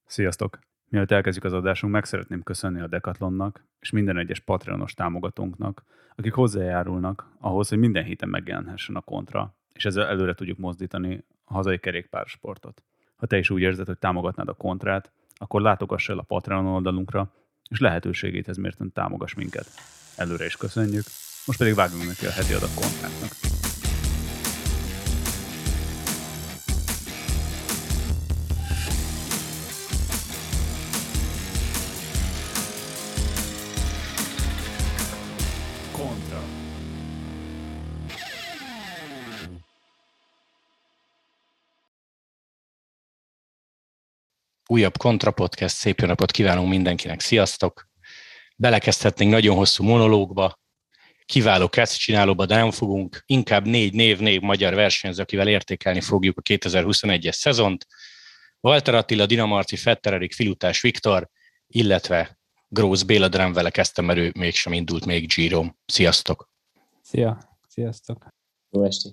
Sziasztok! Mielőtt elkezdjük az adásunk, meg szeretném köszönni a Decathlonnak és minden egyes Patreonos támogatónknak, akik hozzájárulnak ahhoz, hogy minden héten megjelenhessen a Kontra, és ezzel előre tudjuk mozdítani a hazai kerékpársportot. Ha te is úgy érzed, hogy támogatnád a Kontrát, akkor látogass el a Patreon oldalunkra, és lehetőségét mérten támogass minket. Előre is köszönjük, most pedig vágjunk neki a heti adag Kontráknak. Újabb Kontra Podcast, szép jó napot kívánunk mindenkinek, sziasztok! Belekezdhetnénk nagyon hosszú monológba, kiváló kezdcsinálóba, de nem fogunk, inkább négy magyar versenyző, akivel értékelni fogjuk a 2021-es szezont. Walter Attila, Dina Marci, Fetter Erik, Filutás Viktor, illetve Grósz Béla, de nem vele kezdtem, mert ő mégsem indult még Giron. Sziasztok! Sziasztok! Jó estét!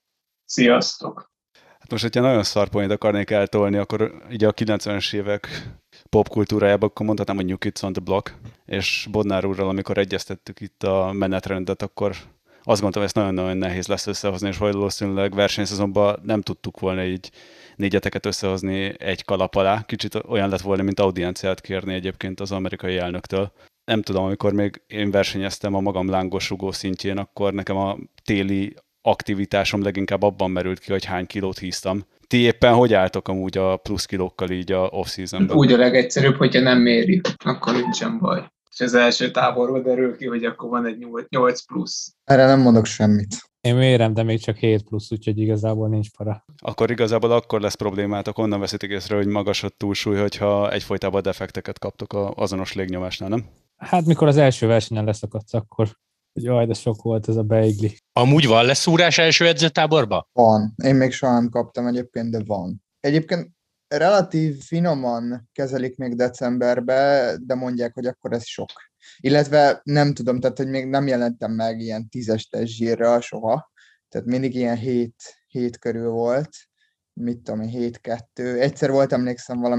Sziasztok! Hát most, hogyha nagyon szarpoint akarnék eltolni, akkor így a 90-es évek popkultúrájában, akkor mondhatnám, hogy New Kids on the Block, és Bodnár úrral, amikor egyeztettük itt a menetrendet, akkor azt gondoltam, hogy ezt nagyon-nagyon nehéz lesz összehozni, és valószínűleg versenyszezonban nem tudtuk volna így négyeteket összehozni egy kalap alá. Kicsit olyan lett volna, mint audienciát kérni egyébként az amerikai elnöktől. Nem tudom, amikor még én versenyeztem a magam lángosrugó szintjén, akkor nekem a téli aktivitásom leginkább abban merült ki, hogy hány kilót híztam. Ti éppen hogy álltok amúgy a plusz kilókkal így a off-seasonben? Úgy a legegyszerűbb, hogyha nem mérjük, akkor nincsen baj. És az első táborban derül ki, hogy akkor van egy 8 plusz. Erre nem mondok semmit. Én mérem, de még csak 7 plusz, úgyhogy igazából nincs para. Akkor igazából akkor lesz problémátok, onnan veszitek észre, hogy magas a túlsúly, hogyha egyfolytában defekteket kaptok az azonos légnyomásnál, nem? Hát mikor az első versenyen leszakadsz, akkor jaj, de sok volt ez a beigli. Amúgy van leszúrás első edzőtáborba? Van. Én még soha nem kaptam egyébként, de van. Egyébként relatív finoman kezelik még decemberbe, de mondják, hogy akkor ez sok. Illetve nem tudom, tehát hogy még nem jelentem meg ilyen 10-es testzsírral soha. Tehát mindig ilyen 7 körül volt. Mit tudom én, 7-2. Egyszer volt, emlékszem, valami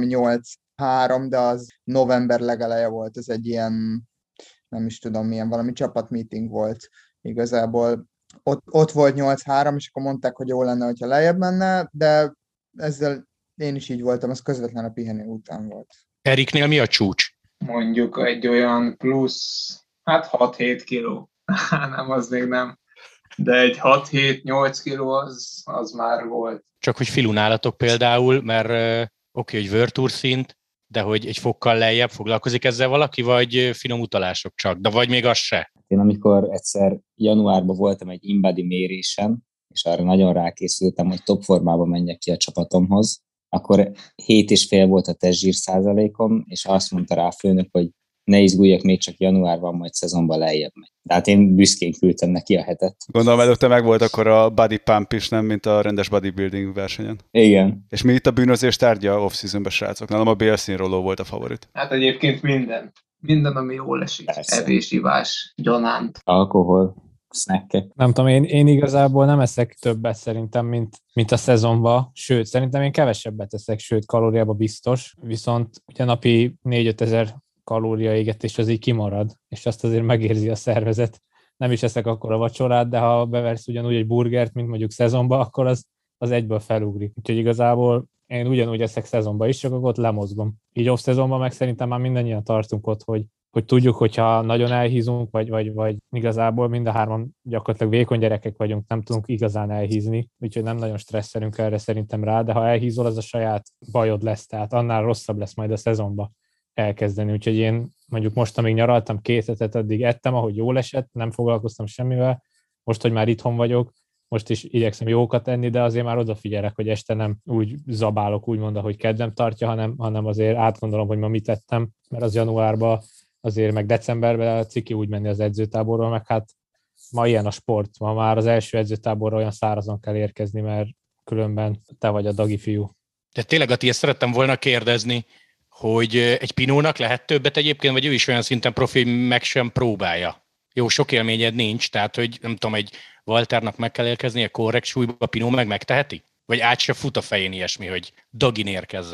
8-3, de az november legeleje volt. Ez egy ilyen, nem is tudom milyen, valami csapatmeeting volt igazából. Ott volt 8-3, és akkor mondták, hogy jó lenne, hogyha lejjebb menne, de ezzel én is így voltam, ez közvetlen a pihenő után volt. Eriknél mi a csúcs? Mondjuk egy olyan plusz, hát 6-7 kiló. Nem, az még nem. De egy 6-7-8 kiló az már volt. Csak hogy Filu nálatok például, mert oké, hogy World Tour szint, de hogy egy fokkal lejjebb foglalkozik ezzel valaki, vagy finom utalások csak, de vagy még az se? Én amikor egyszer januárban voltam egy InBody mérésen, és arra nagyon rákészültem, hogy top formában menjek ki a csapatomhoz, akkor 7,5 volt a testzsír százalékom, és azt mondta rá a főnök, hogy ne izguljak, még csak januárban, majd szezonban lejjebb megy. Tehát én büszkén küldtem neki a hetet. Gondolom előtte meg volt akkor a body pump is, nem, mint a rendes bodybuilding versenyen. Igen. És mi itt a bűnözés tárgya off-seasonben, srácok? Nálam a bélszínróló volt a favorit. Hát egyébként minden. Minden, ami jól esik. Persze. Evés, ivás, gyanánt. Alkohol, snackek. Nem tudom, én igazából nem eszek többet szerintem, mint a szezonban, sőt, szerintem én kevesebbet eszek, sőt, kalóriába biztos, viszont ugye napi 4-5 ezer kalóriaégetés az így kimarad, és azt azért megérzi a szervezet. Nem is eszek akkor a vacsorát, de ha beversz ugyanúgy egy burgert, mint mondjuk szezonban, akkor az egyből felugrik. Úgyhogy igazából én ugyanúgy eszek szezonban is, csak akkor ott lemozgom. Így off-szezonban meg szerintem már mindannyian tartunk ott, hogy tudjuk, hogyha nagyon elhízunk, vagy igazából mind a hárman gyakorlatilag vékony gyerekek vagyunk, nem tudunk igazán elhízni, úgyhogy nem nagyon stresszelünk erre szerintem rá, de ha elhízol, az a saját bajod lesz, tehát annál rosszabb lesz majd a szezonban elkezdeni. Úgyhogy én mondjuk most, amíg nyaraltam 2 hetet, addig ettem, ahogy jól esett, nem foglalkoztam semmivel. Most, hogy már itthon vagyok, most is igyekszem jókat enni, de azért már odafigyelek, hogy este nem úgy zabálok, úgymond, ahogy kedvem tartja, hanem azért átgondolom, hogy ma mit ettem, mert az januárban azért meg decemberben ciki úgy menni az edzőtáborról, meg hát ma ilyen a sport, ma már az első edzőtáborra olyan szárazon kell érkezni, mert különben te vagy a dagi fiú. De tényleg, Ati, ezt szerettem volna kérdezni, hogy egy Pinónak lehet többet egyébként, vagy ő is olyan szinten profi, meg sem próbálja. Jó, sok élményed nincs, tehát, hogy nem tudom, egy Walternak meg kell érkeznie korrekt súlyba, a Pinó meg megteheti? Vagy át se fut a fején ilyesmi, hogy dagin érkezzek?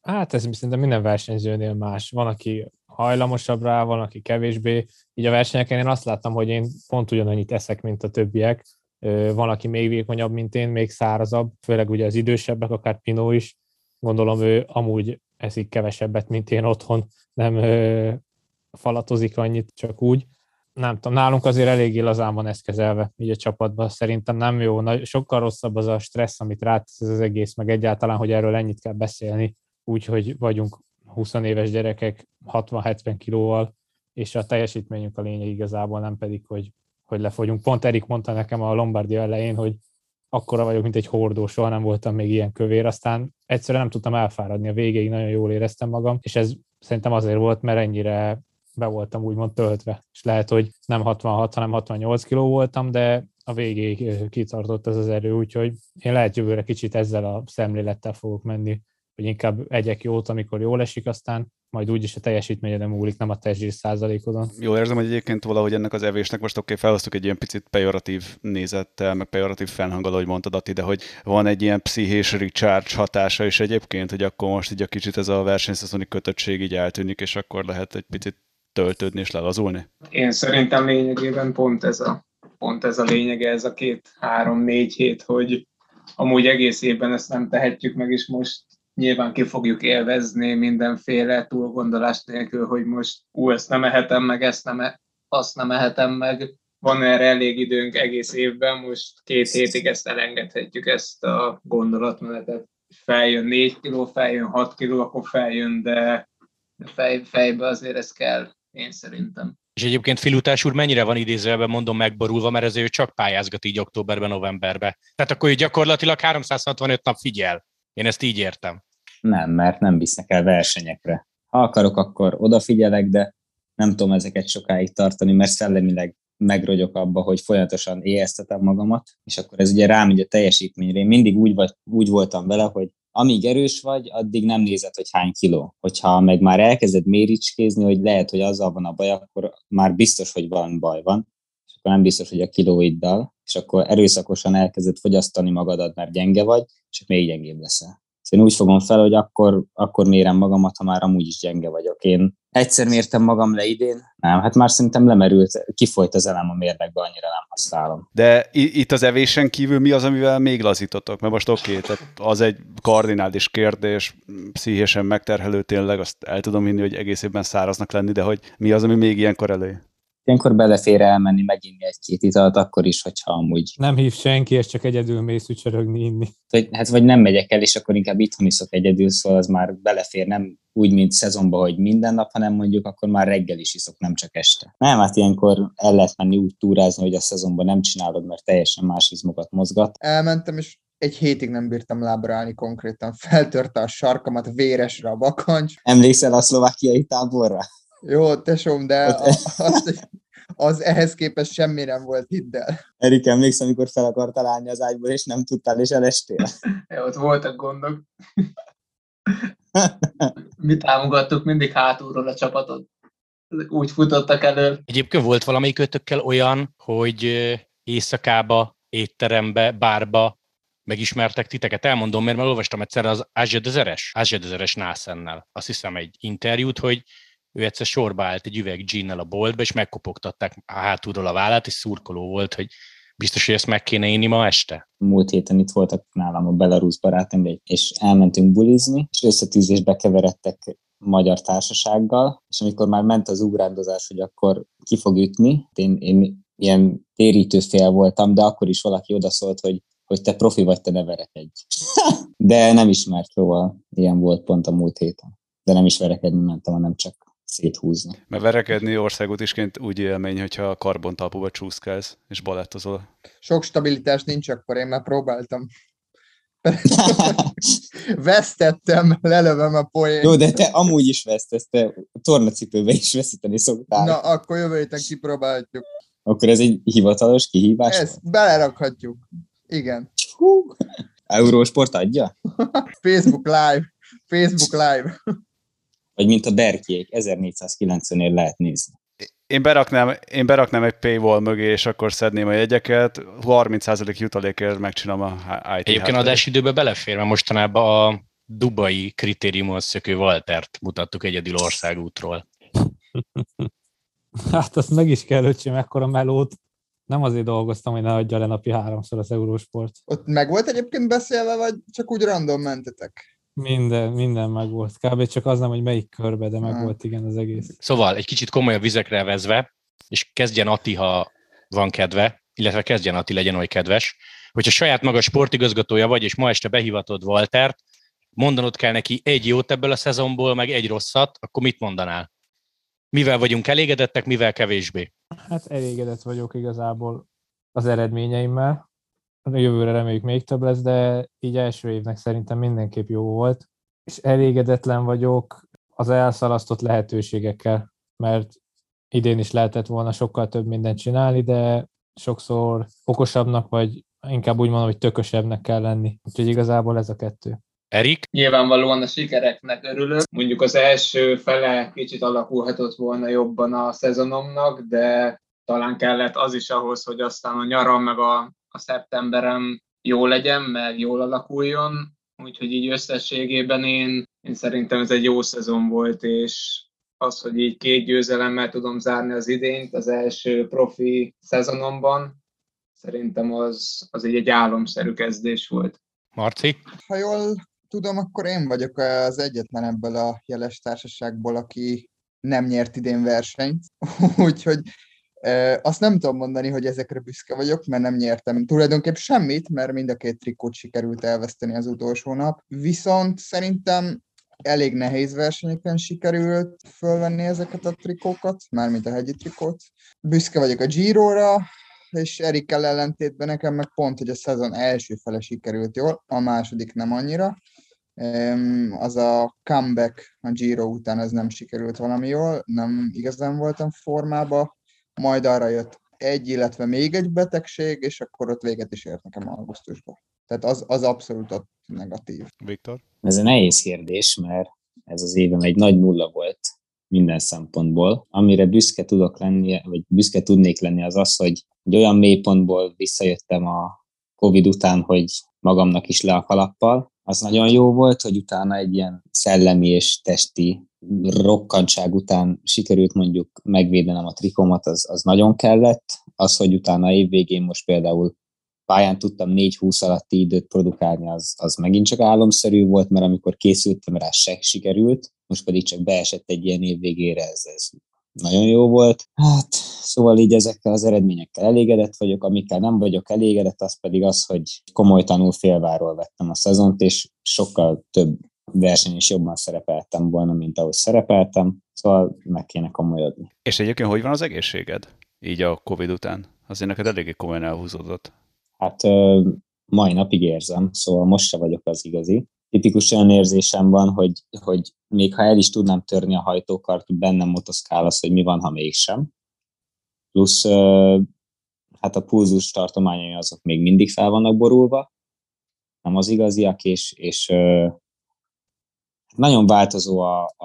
Hát ez szerintem minden versenyzőnél más. Van, aki hajlamosabb rá, van, aki kevésbé. Így a versenyeken én azt láttam, hogy én pont ugyanannyit eszek, mint a többiek. Van, aki még vékonyabb, mint én, még szárazabb, főleg ugye az idősebbek, akár Pinot is. Gondolom ő amúgy eszik kevesebbet, mint én otthon, nem falatozik annyit, csak úgy. Nem tudom, nálunk azért eléggé lazán van ez kezelve, így a csapatban. Szerintem nem jó, sokkal rosszabb az a stressz, amit rátesz ez az egész, meg egyáltalán, hogy erről ennyit kell beszélni, úgyhogy vagyunk 20 éves gyerekek 60-70 kilóval, és a teljesítményünk a lényeg igazából, nem pedig, hogy lefogyunk. Pont Erik mondta nekem a Lombardia elején, hogy akkora vagyok, mint egy hordó, soha nem voltam még ilyen kövér, aztán egyszerűen nem tudtam elfáradni, a végéig nagyon jól éreztem magam, és ez szerintem azért volt, mert ennyire be voltam úgymond töltve, és lehet, hogy nem 66, hanem 68 kiló voltam, de a végéig kitartott ez az erő, úgyhogy én lehet jövőre kicsit ezzel a szemlélettel fogok menni, hogy inkább egyek jót, amikor jól esik, aztán majd úgyis a teljesítményedem múlik, nem a testzsír százalékodon. Jól érzem, hogy egyébként valahogy ennek az evésnek most felhoztuk egy ilyen picit pejoratív nézettel, meg pejoratív felhanggal, ahogy mondtad, Atti, de hogy van egy ilyen pszichés recharge hatása is egyébként, hogy akkor most így a kicsit ez a versenyszezoni kötöttség így eltűnik, és akkor lehet egy picit töltődni és lelazulni? Én szerintem lényegében pont ez a lényege, ez a 2-3-4 hét, hogy amúgy egész évben ezt nem tehetjük meg, és most nyilván ki fogjuk élvezni mindenféle túlgondolást nélkül, hogy most ezt nem ehetem meg, azt nem ehetem meg. Van erre elég időnk egész évben, most 2 hétig ezt elengedhetjük, ezt a gondolatmenetet. Feljön 4 kiló, feljön 6 kiló, akkor feljön, de fejbe azért ez kell, én szerintem. És egyébként Filutás úr mennyire van idézőjelben mondom megborulva, mert ezért ő csak pályázgat így októberben, novemberben. Tehát akkor ő gyakorlatilag 365 nap figyel. Én ezt így értem. Nem, mert nem visznek el versenyekre. Ha akarok, akkor odafigyelek, de nem tudom ezeket sokáig tartani, mert szellemileg megrogyok abba, hogy folyamatosan éheztetem magamat, és akkor ez ugye rámegy a teljesítményre. Én mindig úgy voltam vele, hogy amíg erős vagy, addig nem nézed, hogy hány kiló. Hogyha meg már elkezded méricskézni, hogy lehet, hogy azzal van a baj, akkor már biztos, hogy van baj van, és akkor nem biztos, hogy a kilóiddal, és akkor erőszakosan elkezded fogyasztani magadat, mert gyenge vagy, és még gyengébb leszel. Én úgy fogom fel, hogy akkor mérem magamat, ha már amúgy is gyenge vagyok. Én egyszer mértem magam le idén, nem, hát már szerintem lemerült, kifolyt az elem a mérlegbe, annyira nem használom. De itt az evésen kívül mi az, amivel még lazítotok? Mert most tehát az egy kardinális kérdés, pszichésen megterhelő tényleg, azt el tudom hinni, hogy egész évben száraznak lenni, de hogy mi az, ami még ilyenkor elő? Ilyenkor belefér elmenni, meginni 1-2 italt, akkor is, hogyha amúgy... Nem hív senki, és csak egyedül mész ücsörögni, inni. Vagy nem megyek el, és akkor inkább itthon iszok egyedül, szóval az már belefér, nem úgy, mint szezonban, hogy minden nap, hanem mondjuk akkor már reggel is iszok, nem csak este. Nem, hát ilyenkor el lehet menni úgy túrázni, hogy a szezonban nem csinálod, mert teljesen más izmokat mozgat. Elmentem, és 1 hétig nem bírtam lábra állni konkrétan. Feltörte a sarkamat, véresre a bakancs. Emlékszel a szlovákiai táborra? Jó, tesóm, de az ehhez képest semmi nem volt, hidd el. Erik, emlékszem, amikor fel akartál állni az ágyból, és nem tudtál, és elestél? Ott voltak gondok. Mi támogattuk mindig hátulról a csapatot. Úgy futottak elő. Egyébként volt valamelyik ötökkel olyan, hogy éjszakába, étterembe, bárba megismertek titeket? Elmondom, mert már olvastam egyszer az Ázsia Dezeres Násennel. Azt hiszem egy interjút, hogy ő egyszer sorba állt egy üveg ginnel a boltba, és megkopogtatták a hátulról a vállát, és szurkoló volt, hogy biztos, hogy ezt meg kéne inni ma este. Múlt héten itt voltak nálam a belarusz barátom, és elmentünk bulizni, és összetűzésbe keveredtek magyar társasággal, és amikor már ment az ugrándozás, hogy akkor ki fog ütni, én ilyen térítő fél voltam, de akkor is valaki odaszólt, hogy te profi vagy, te ne verekedj. De nem ismert, szóval ilyen volt pont a múlt héten. De nem is verekedni mentem, hanem csak széthúzni. Mert verekedni országútisként úgy élmény, hogyha karbontalpúba csúszkálsz, és balettozol. Sok stabilitás nincs, akkor én már próbáltam. Vesztettem, lelövöm a poént. Jó, de te amúgy is vesztesz, te tornacipőbe is veszíteni szoktál. Na, akkor jövő héten kipróbálhatjuk. Akkor ez egy hivatalos kihívás? Ezt belerakhatjuk. Igen. Eurósport adja? Facebook Live. Vagy mint a Berkiék, 1490-ér lehet nézni. Én beraknám egy paywall mögé, és akkor szedném a jegyeket, 30% jutalékért megcsinálom a IT. Egyébként adásidőbe belefér, mert mostanában dubai kritériumon szökő Waltert mutattuk egyedül országútról. Hát azt meg is kell, öcsém, ekkora melót. Nem azért dolgoztam, hogy ne adja le napi 3-szor az Eurosport. Ott meg volt egyébként beszélve, vagy csak úgy random mentetek? Minden meg volt. Kb. Csak az nem, hogy melyik körbe, de meg volt igen az egész. Szóval egy kicsit komolyabb vizekre vezve, és kezdjen Ati, ha van kedve, illetve kezdjen Ati, legyen oly kedves, hogyha saját maga sportigazgatója vagy, és ma este behivatod Waltert, mondanod kell neki egy jót ebből a szezonból, meg egy rosszat, akkor mit mondanál? Mivel vagyunk elégedettek, mivel kevésbé? Hát elégedett vagyok igazából az eredményeimmel. A jövőre reméljük még több lesz, de így első évnek szerintem mindenképp jó volt. És elégedetlen vagyok az elszalasztott lehetőségekkel, mert idén is lehetett volna sokkal több mindent csinálni, de sokszor okosabbnak, vagy inkább úgy mondom, hogy tökösebbnek kell lenni. Úgyhogy igazából ez a kettő. Erik? Nyilvánvalóan a sikereknek örülök. Mondjuk az első fele kicsit alakulhatott volna jobban a szezonomnak, de talán kellett az is ahhoz, hogy aztán a nyaram meg a szeptemberem jó legyen, meg jól alakuljon. Úgyhogy így összességében én szerintem ez egy jó szezon volt, és az, hogy így 2 győzelemmel tudom zárni az idényt az első profi szezonomban, szerintem az így egy álomszerű kezdés volt. Marci? Ha jól tudom, akkor én vagyok az egyetlen ebből a jeles társaságból, aki nem nyert idén versenyt. Úgyhogy azt nem tudom mondani, hogy ezekre büszke vagyok, mert nem nyertem tulajdonképpen semmit, mert mind a 2 trikót sikerült elveszteni az utolsó nap. Viszont szerintem elég nehéz versenyeken sikerült fölvenni ezeket a trikókat, mármint a hegyi trikót. Büszke vagyok a Girora, és Erikkel ellentétben nekem meg pont, hogy a szezon első fele sikerült jól, a második nem annyira. Az a comeback a Giro után ez nem sikerült valami jól, nem igazán voltam formában, majd arra jött illetve még egy betegség, és akkor ott véget is ért nekem augusztusban. Tehát az abszolút ott negatív. Viktor? Ez egy nehéz kérdés, mert ez az évem egy nagy nulla volt minden szempontból. Amire büszke tudok lenni, vagy büszke tudnék lenni, az az, hogy egy olyan mélypontból visszajöttem a Covid után, hogy magamnak is le a kalappal. Az nagyon jó volt, hogy utána egy ilyen szellemi és testi rokkantság után sikerült mondjuk megvédenem a trikómat, az nagyon kellett. Az, hogy utána évvégén most például pályán tudtam 4:20 alatti időt produkálni, az megint csak álomszerű volt, mert amikor készültem rá, se sikerült, most pedig csak beesett egy ilyen év végére, ez nagyon jó volt. Hát, szóval így ezekkel az eredményekkel elégedett vagyok, amikkel nem vagyok elégedett, az pedig az, hogy komolytanul félváról vettem a szezont, és sokkal több verseny is jobban szerepeltem volna, mint ahogy szerepeltem, szóval meg kéne komolyodni. És egyébként hogy van az egészséged? Így a Covid után? Azért neked eléggé komolyan elhúzódott. Hát mai napig érzem, szóval most se vagyok az igazi. Tipikus olyan érzésem van, hogy még ha el is tudnám törni a hajtókart, bennem motoszkál az, hogy mi van, ha mégsem. Plusz hát a pulzus tartományai azok még mindig fel vannak borulva, nem az igaziak, és nagyon változó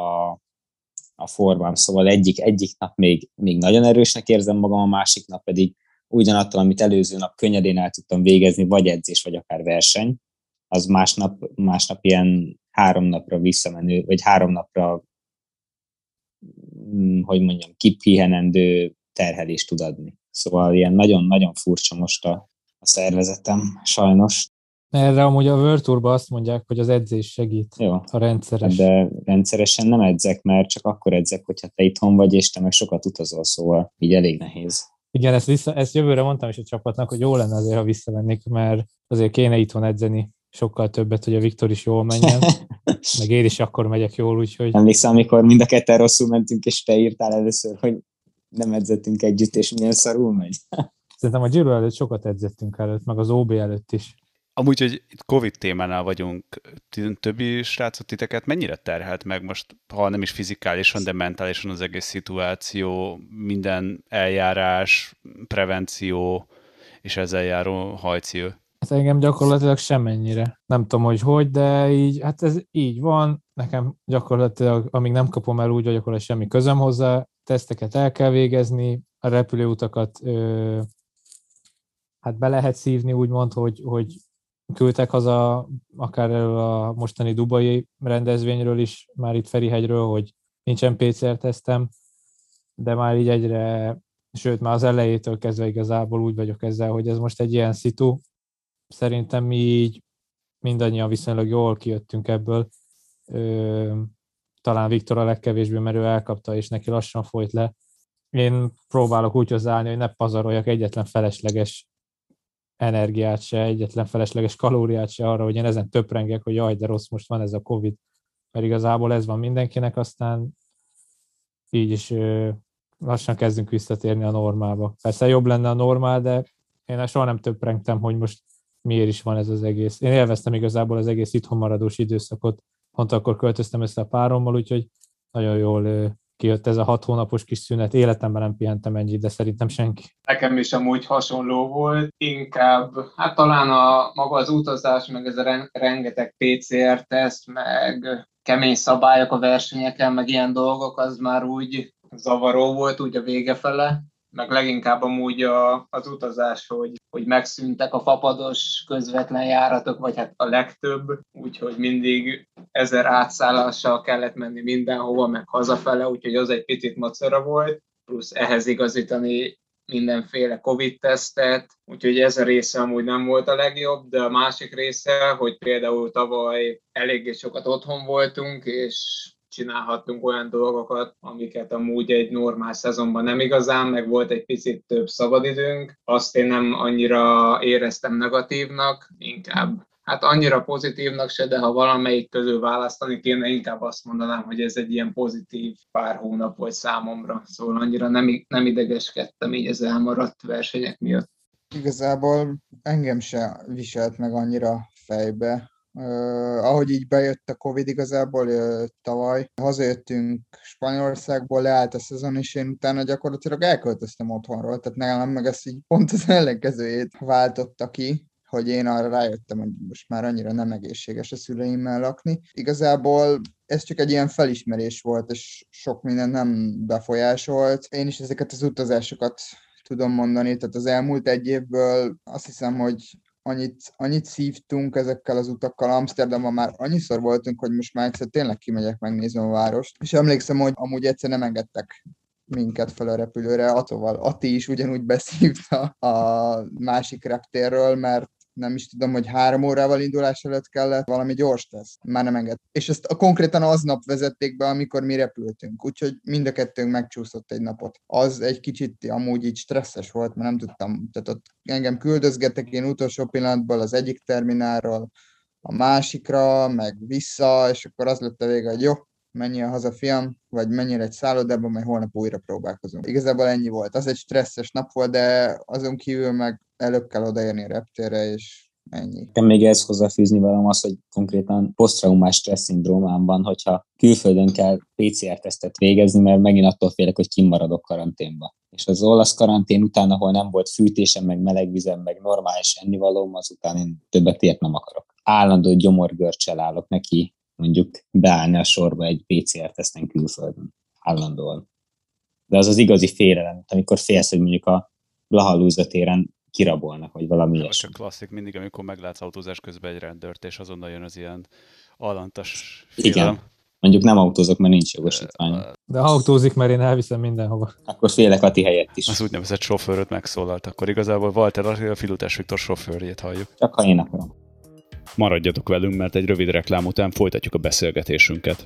a formám, szóval egyik nap még nagyon erősnek érzem magam, a másik nap pedig ugyanattól, amit előző nap könnyedén el tudtam végezni, vagy edzés, vagy akár verseny, az másnap ilyen 3 napra visszamenő, vagy 3 napra, hogy mondjam, kipihenendő terhelést tud adni. Szóval ilyen nagyon-nagyon furcsa most a szervezetem, sajnos. Erre amúgy a World Tourban azt mondják, hogy az edzés segít, Jó, a rendszeres. de rendszeresen nem edzek, mert csak akkor edzek, hogyha te itthon vagy, és te meg sokat utazol, szóval így elég nehéz. Igen, ezt jövőre mondtam is a csapatnak, hogy jó lenne azért, ha visszavennék, mert azért kéne itthon edzeni sokkal többet, hogy a Viktor is jól menjen, meg én is akkor megyek jól, úgyhogy... Emlékszem, amikor mind a ketten rosszul mentünk, és te írtál először, hogy nem edzettünk együtt, és milyen szarul megy. Szerintem a Giro előtt sokat edzettünk előtt, meg az OB előtt is. Amúgy, hogy itt Covid témánál vagyunk, többi srácot titeket mennyire terhelt meg most, ha nem is fizikálisan, de mentálisan az egész szituáció, minden eljárás, prevenció és ezzel járó hajcíő? Hát engem gyakorlatilag semmennyire. Nem tudom, hogy, de így, hát ez így van. Nekem gyakorlatilag, amíg nem kapom el, úgy vagyok, hogy semmi közöm hozzá. Teszteket el kell végezni, a repülőutakat hát be lehet szívni, úgymond, hogy küldtek haza, akár erről a mostani dubai rendezvényről is, már itt Ferihegyről, hogy nincsen PCR-tesztem, de már így egyre, sőt már az elejétől kezdve igazából úgy vagyok ezzel, hogy ez most egy ilyen szitu. Szerintem mi így mindannyian viszonylag jól kijöttünk ebből. Talán Viktor a legkevésbé, mert ő elkapta, és neki lassan folyt le. Én próbálok úgy hozzáállni, hogy ne pazaroljak egyetlen felesleges energiát se, egyetlen felesleges kalóriát se arra, hogy én ezen töprengek, hogy jaj, de rossz, most van ez a Covid, mert igazából ez van mindenkinek, aztán így is lassan kezdünk visszatérni a normálba. Persze jobb lenne a normál, de én soha nem töprengtem, hogy most miért is van ez az egész. Én élveztem igazából az egész itthon maradós időszakot, pont akkor költöztem össze a párommal, úgyhogy nagyon jól kijött ez a 6 hónapos kis szünet. Életemben nem pihentem ennyit, de szerintem senki. Nekem is amúgy hasonló volt, inkább, hát talán maga az utazás, meg ez a rengeteg PCR-teszt, meg kemény szabályok a versenyeken, meg ilyen dolgok, az már úgy zavaró volt úgy a vége fele, meg leginkább amúgy az utazás, hogy megszűntek a fapados közvetlen járatok, vagy hát a legtöbb, úgyhogy mindig 1000 átszállással kellett menni mindenhova, meg hazafele, úgyhogy az egy picit macera volt, plusz ehhez igazítani mindenféle Covid-tesztet, úgyhogy ez a része amúgy nem volt a legjobb, de a másik része, hogy például tavaly eléggé sokat otthon voltunk, és csinálhattunk olyan dolgokat, amiket amúgy egy normál szezonban nem igazán, meg volt egy picit több szabadidőnk. Azt én nem annyira éreztem negatívnak, inkább hát annyira pozitívnak se, de ha valamelyik közül választani kéne, inkább azt mondanám, hogy ez egy ilyen pozitív pár hónap volt számomra. Szóval annyira nem idegeskedtem így az elmaradt versenyek miatt. Igazából engem se viselt meg annyira fejbe. Ahogy így bejött a Covid igazából tavaly, hazajöttünk Spanyolországból, leállt a szezon, és én utána gyakorlatilag elköltöztem otthonról, tehát nálam meg ezt így pont az ellenkezőjét váltotta ki, hogy én arra rájöttem, hogy most már annyira nem egészséges a szüleimmel lakni. Igazából ez csak egy ilyen felismerés volt, és sok minden nem befolyásolt. Én is ezeket az utazásokat tudom mondani, tehát az elmúlt egy évből azt hiszem, hogy annyit szívtunk ezekkel az utakkal. Amsterdamban már annyiszor voltunk, hogy most már egyszer tényleg kimegyek, megnézem a várost. És emlékszem, hogy amúgy egyszer nem engedtek minket fel a repülőre, Ati is ugyanúgy beszívta a másik reptérről, mert nem is tudom, hogy 3 órával indulás előtt kellett valami gyors teszt. Már nem engedett. És ezt konkrétan aznap vezették be, amikor mi repültünk. Úgyhogy mind a kettőnk megcsúszott egy napot. Az egy kicsit amúgy így stresszes volt, mert nem tudtam. Tehát ott engem küldözgettek én utolsó pillanatból az egyik terminálról a másikra, meg vissza, és akkor az lett a vége, hogy jó, menjél haza, fiam, vagy menjél egy szállodába, majd holnap újra próbálkozunk. Igazából ennyi volt. Az egy stresszes nap volt, de azon kívül meg előbb kell odaérni a reptérre, és ennyi. Nekem még ehhez hozzáfűzni velem az, hogy konkrétan posztraumás stressz szindrómám van, hogyha külföldön kell PCR-tesztet végezni, mert megint attól félek, hogy kimaradok karanténba. És az olasz karantén után, ahol nem volt fűtésem, meg melegvizem, meg normális ennivalóm, azután én többet ilyet nem akarok. Állandó gyomorgörcsel állok neki, mondjuk beállni a sorba egy PCR-teszten külföldön. Állandóan. De az az igazi félelem, amikor félsz, hogy mondjuk a Blahalúza téren kirabolnak, vagy valami ilyesmi. Csak klasszik mindig, amikor meglátsz autózás közben egy rendőrt, és azonnal jön az ilyen alantas félelem. Igen. Mondjuk nem autózok, mert nincs jogosítvány. De ha autózik, mert én elviszem mindenhova. Akkor félek Ati helyett is. Az úgynevezett sofőröt megszólalt. Akkor igazából Walter a Filutás Viktor sofőrjét halljuk. Csak ha én akarom. Maradjatok velünk, mert egy rövid reklám után folytatjuk a beszélgetésünket.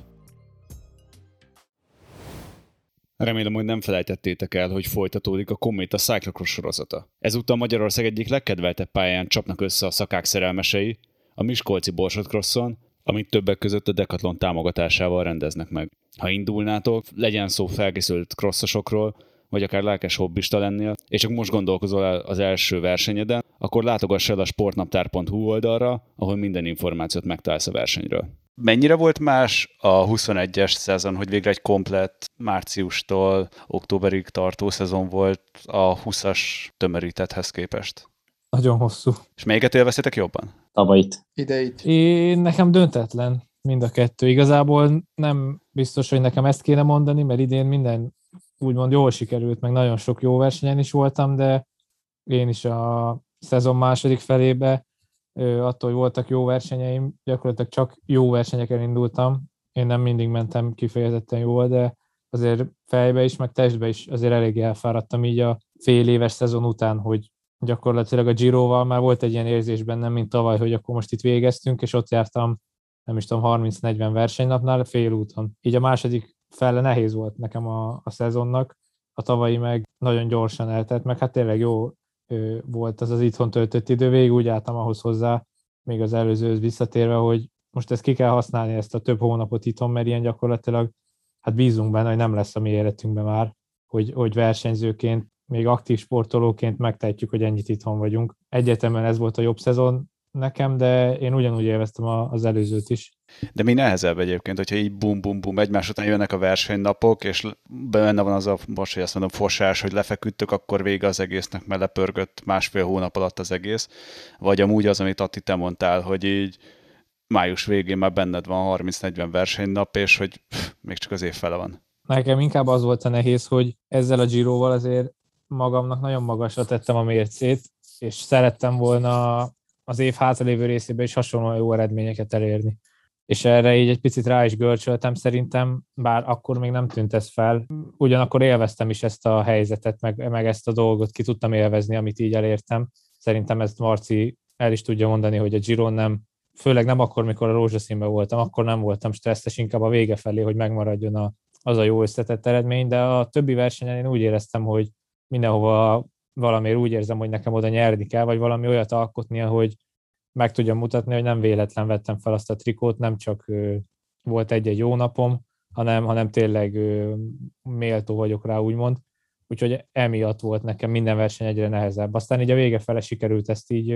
Remélem, hogy nem felejtettétek el, hogy folytatódik a Kométa Cyclocross sorozata. Ezúttal Magyarország egyik legkedveltebb pályán csapnak össze a szakák szerelmesei, a Miskolci Borsod-crosson, amit többek között a Decathlon támogatásával rendeznek meg. Ha indulnátok, legyen szó felkészült crossosokról, vagy akár lelkes hobbista lennél, és csak most gondolkozol az első versenyeden, akkor látogass el a sportnaptár.hu oldalra, ahol minden információt megtalálsz a versenyről. Mennyire volt más a 21-es szezon, hogy végre egy komplett márciustól októberig tartó szezon volt a 20-as tömörítetthez képest? Nagyon hosszú. És melyiket élveztétek jobban? Tavalyit. Ideit. Nekem döntetlen mind a kettő. Igazából nem biztos, hogy nekem ezt kéne mondani, mert idén minden úgymond jól sikerült, meg nagyon sok jó versenyen is voltam, de én is a szezon második felébe attól, hogy voltak jó versenyeim, gyakorlatilag csak jó versenyeken indultam. Én nem mindig mentem kifejezetten jól, de azért fejbe is, meg testbe is azért eléggé elfáradtam így a fél éves szezon után, hogy gyakorlatilag a Giroval már volt egy ilyen érzés bennem, mint tavaly, hogy akkor most itt végeztünk, és ott jártam, nem is tudom, 30-40 versenynapnál félúton. Így a második fele nehéz volt nekem a szezonnak, a tavalyi meg nagyon gyorsan eltelt, meg hát tényleg jó volt az itthon töltött idő, végig úgy álltam ahhoz hozzá, még az előzőhöz visszatérve, hogy most ezt ki kell használni, ezt a több hónapot itthon, mert ilyen gyakorlatilag hát bízunk benne, hogy nem lesz a mi életünkben már, hogy versenyzőként, még aktív sportolóként megtehetjük, hogy ennyit itthon vagyunk. Egyértelműen ez volt a jobb szezon nekem, de én ugyanúgy élveztem az előzőt is. De mi nehezebb egyébként, hogyha így bum-bum-bum egymás után jönnek a versenynapok, és benne van az a, most hogy azt mondom, fosás, hogy lefeküdtök, akkor vége az egésznek, mert lepörgött másfél hónap alatt az egész. Vagy amúgy az, amit Atti, te mondtál, hogy így május végén már benned van 30-40 versenynap, és hogy még csak az év fele van. Nekem inkább az volt a nehéz, hogy ezzel a Giroval azért magamnak nagyon magasra tettem a mércét, és szerettem volna az év hátralévő részében is hasonlóan jó eredményeket elérni. És erre így egy picit rá is görcsöltem szerintem, bár akkor még nem tűnt ez fel. Ugyanakkor élveztem is ezt a helyzetet, meg ezt a dolgot ki tudtam élvezni, amit így elértem. Szerintem ezt Marci el is tudja mondani, hogy a Giron nem, főleg nem akkor, mikor a rózsaszínben voltam, akkor nem voltam stresszes, inkább a vége felé, hogy megmaradjon az a jó összetett eredmény, de a többi versenyen én úgy éreztem, hogy mindenhova valamiért úgy érzem, hogy nekem oda nyerni kell, vagy valami olyat alkotnia, hogy meg tudjam mutatni, hogy nem véletlen vettem fel azt a trikót, nem csak volt egy-egy jó napom, hanem tényleg méltó vagyok rá, úgymond. Úgyhogy emiatt volt nekem minden verseny egyre nehezebb. Aztán így a vége fele sikerült ezt így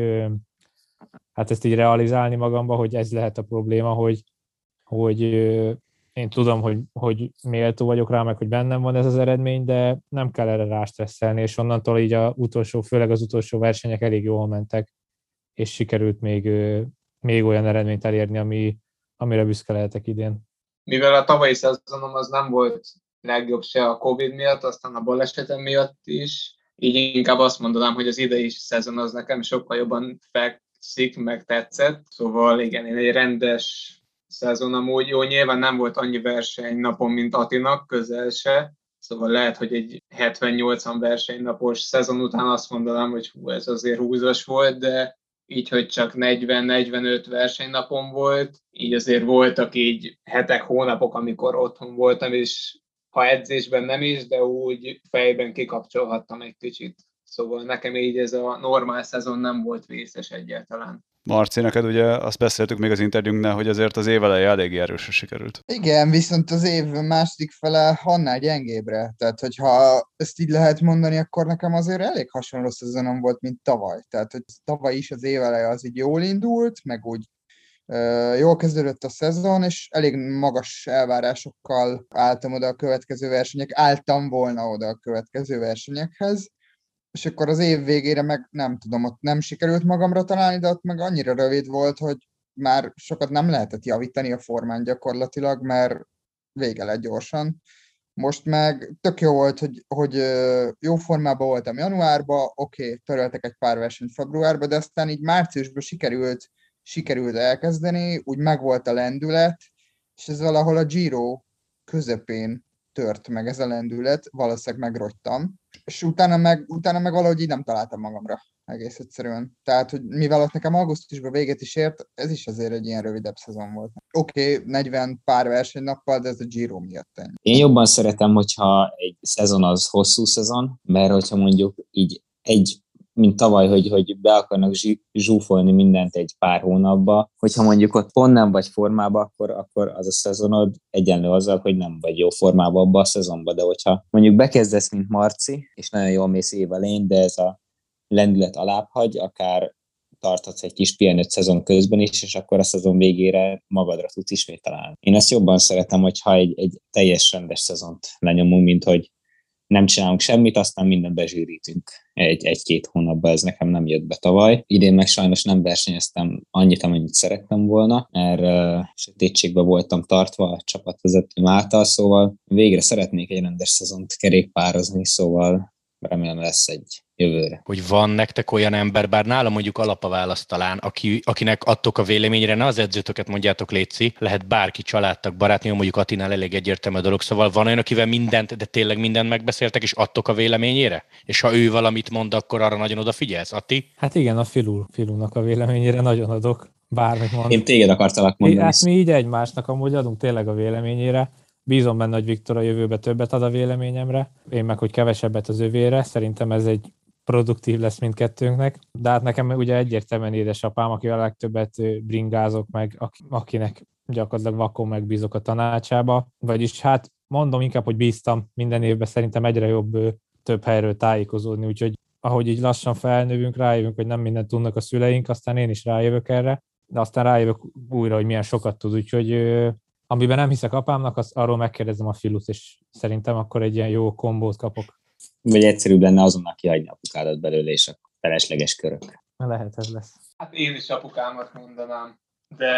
realizálni magamba, hogy ez lehet a probléma, hogy én tudom, hogy méltó vagyok rá, meg hogy bennem van ez az eredmény, de nem kell erre rástresszelni, és onnantól így főleg az utolsó versenyek elég jól mentek, és sikerült még olyan eredményt elérni, amire büszke lehetek idén. Mivel a tavalyi szezonom az nem volt legjobb se a Covid miatt, aztán a balesetem miatt is, így inkább azt mondanám, hogy az idei szezon az nekem sokkal jobban fekszik, meg tetszett. Szóval igen, én egy rendes szezon amúgy, jó, nyilván nem volt annyi versenynapom, mint Attinak, közel se, szóval lehet, hogy egy 70-80 versenynapos szezon után azt mondanám, hogy ez azért húzas volt, de így, hogy csak 40-45 versenynapom volt, így azért voltak így hetek, hónapok, amikor otthon voltam, és ha edzésben nem is, de úgy fejben kikapcsolhattam egy kicsit. Szóval nekem így ez a normál szezon nem volt vészes egyáltalán. Marci, neked ugye azt beszéltük még az interjúnknál, hogy azért az év eleje eléggé erősen sikerült. Igen, viszont az év második fele annál gyengébbre. Tehát, hogyha ezt így lehet mondani, akkor nekem azért elég hasonló szezonom volt, mint tavaly. Tehát, hogy tavaly is az év eleje az így jól indult, meg úgy jól kezdődött a szezon, és elég magas elvárásokkal álltam oda a következő versenyekhez. És akkor az év végére meg nem tudom, ott nem sikerült magamra találni, de ott meg annyira rövid volt, hogy már sokat nem lehetett javítani a formán gyakorlatilag, mert vége lett gyorsan. Most meg tök jó volt, hogy jó formában voltam januárban, oké, töröltek egy pár versenyt februárban, de aztán így márciusban sikerült elkezdeni, úgy megvolt a lendület, és ez valahol a Giro közepén tört meg ez a lendület, valószínűleg megrogytam, és utána meg valahogy így nem találtam magamra egész egyszerűen. Tehát, hogy mivel ott nekem augusztusban véget is ért, ez is azért egy ilyen rövidebb szezon volt. Oké, 40 pár versenynappal, de ez a Giro miatt ennyi. Én jobban szeretem, hogyha egy szezon az hosszú szezon, mert hogyha mondjuk így mint tavaly, hogy be akarnak zsúfolni mindent egy pár hónapba, hogyha mondjuk ott pont nem vagy formában, akkor az a szezonod egyenlő azzal, hogy nem vagy jó formában abban a szezonban, de hogyha mondjuk bekezdesz, mint Marci, és nagyon jól mész év elején, de ez a lendület alább hagy, akár tarthatsz egy kis pihenőt szezon közben is, és akkor a szezon végére magadra tudsz ismét találni. Én ezt jobban szeretem, hogyha egy teljes rendes szezont lenyomunk, mint hogy nem csinálunk semmit, aztán mindent bezsűrítünk egy-két hónapban, ez nekem nem jött be tavaly. Idén meg sajnos nem versenyeztem annyit, amennyit szerettem volna, mert sötétségben voltam tartva a csapatvezetőm által, szóval végre szeretnék egy rendes szezont kerékpározni, szóval remélem lesz egy jövőre. Hogy van nektek olyan ember, bár nálam mondjuk alap a válasz talán, akinek adtok a véleményre, ne az edzőtöket mondjátok, létszi, lehet bárki, családtag, barátnő, mondjuk Attinál elég egyértelmű a dolog, szóval van olyan, akivel mindent, de tényleg mindent megbeszéltek, és adtok a véleményére? És ha ő valamit mond, akkor arra nagyon odafigyelsz, Atti? Hát igen, a Filúnak a véleményére nagyon adok, bármit mond. Én téged akartalak mondani. Hát mi így egymásnak amúgy adunk tényleg a véleményére. Bízom benne, hogy Viktor a jövőbe többet ad a véleményemre, én meg, hogy kevesebbet az övére. Szerintem ez egy produktív lesz mindkettőnknek. De hát nekem ugye egyértelműen édesapám, akivel a legtöbbet bringázok meg, akinek gyakorlatilag vakon megbízok a tanácsába. Vagyis hát mondom inkább, hogy bíztam minden évben, szerintem egyre jobb több helyről tájékozódni, úgyhogy ahogy így lassan felnövünk, rájövünk, hogy nem mindent tudnak a szüleink, aztán én is rájövök erre, de aztán rájövök újra, hogy milyen sokat tud, úgyhogy amiben nem hiszek apámnak, arról megkérdezem a Filut, és szerintem akkor egy ilyen jó kombót kapok. Vagy egyszerűbb lenne azonnal kihagyni apukádat belőle, és a felesleges körök. Lehet, ez lesz. Hát én is apukámat mondanám, de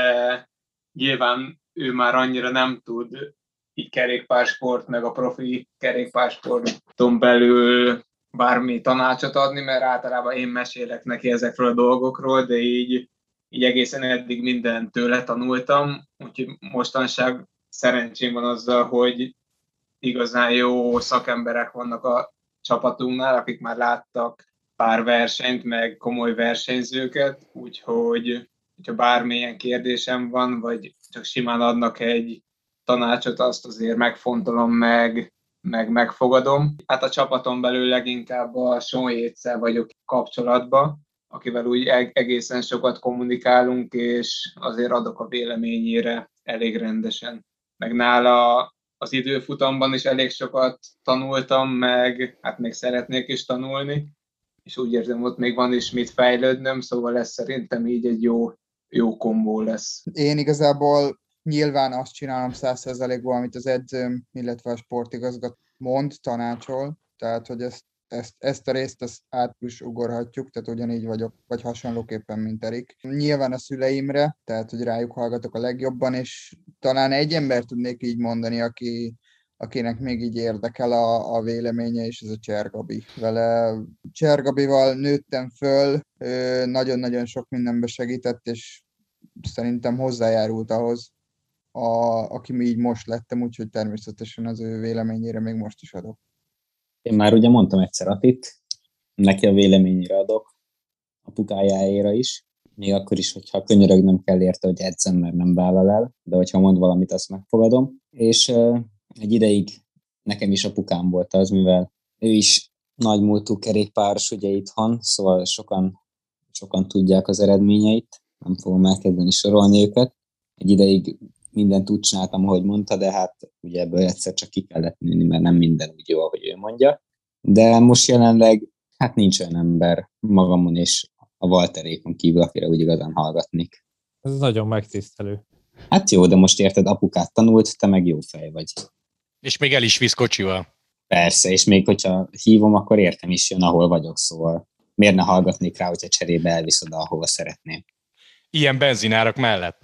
nyilván ő már annyira nem tud így kerékpársport, meg a profi kerékpársporton belül bármi tanácsot adni, mert általában én mesélek neki ezekről a dolgokról, de így egészen eddig mindent tőle tanultam, úgyhogy mostanság szerencsém van azzal, hogy igazán jó szakemberek vannak a csapatunknál, akik már láttak pár versenyt, meg komoly versenyzőket, úgyhogy ha bármilyen kérdésem van, vagy csak simán adnak egy tanácsot, azt azért megfontolom, meg megfogadom. Hát a csapaton belül leginkább a Sean Yates-szel vagyok kapcsolatban, akivel úgy egészen sokat kommunikálunk, és azért adok a véleményére elég rendesen. Meg nála az időfutamban is elég sokat tanultam, meg hát még szeretnék is tanulni, és úgy érzem, ott még van is mit fejlődnöm, szóval ez szerintem így egy jó kombó lesz. Én igazából nyilván azt csinálom 100%-ban, amit az edzőm, illetve a sportigazgató mond, tanácsol, tehát hogy ezt a részt át is ugorhatjuk, tehát ugyanígy vagyok, vagy hasonlóképpen, mint Erik. Nyilván a szüleimre, tehát hogy rájuk hallgatok a legjobban, és talán egy ember tudnék így mondani, akinek még így érdekel a véleménye, és ez a Cser Gabi. Cser Gabival nőttem föl, nagyon-nagyon sok mindenbe segített, és szerintem hozzájárult ahhoz, aki mi így most lettem, úgyhogy természetesen az ő véleményére még most is adok. Én már ugye mondtam egyszer Attit, neki a véleményére adok, apukájára is, még akkor is, hogyha könyörögnem kell érte, hogy edzem, mert nem vállal el, de hogyha mond valamit, azt megfogadom. És egy ideig nekem is apukám volt az, mivel ő is nagymúltú kerékpáros ugye itthon, szóval sokan tudják az eredményeit, nem fogom elkezdeni sorolni őket. Egy ideig mindent úgy csináltam, ahogy mondta, de hát ugye ebből egyszer csak ki kellett nőni, mert nem minden úgy jó, ahogy ő mondja. De most jelenleg hát nincs olyan ember magamon és a Walterékon kívül, akire úgy igazán hallgatnék. Ez nagyon megtisztelő. Hát jó, de most érted, apukát tanult, te meg jó fej vagy. És még el is visz kocsival. Persze, és még hogyha hívom, akkor értem is jön, ahol vagyok, szóval miért ne hallgatnék rá, hogyha cserébe elvisz oda, ahova szeretném. Ilyen benzinárak mellett.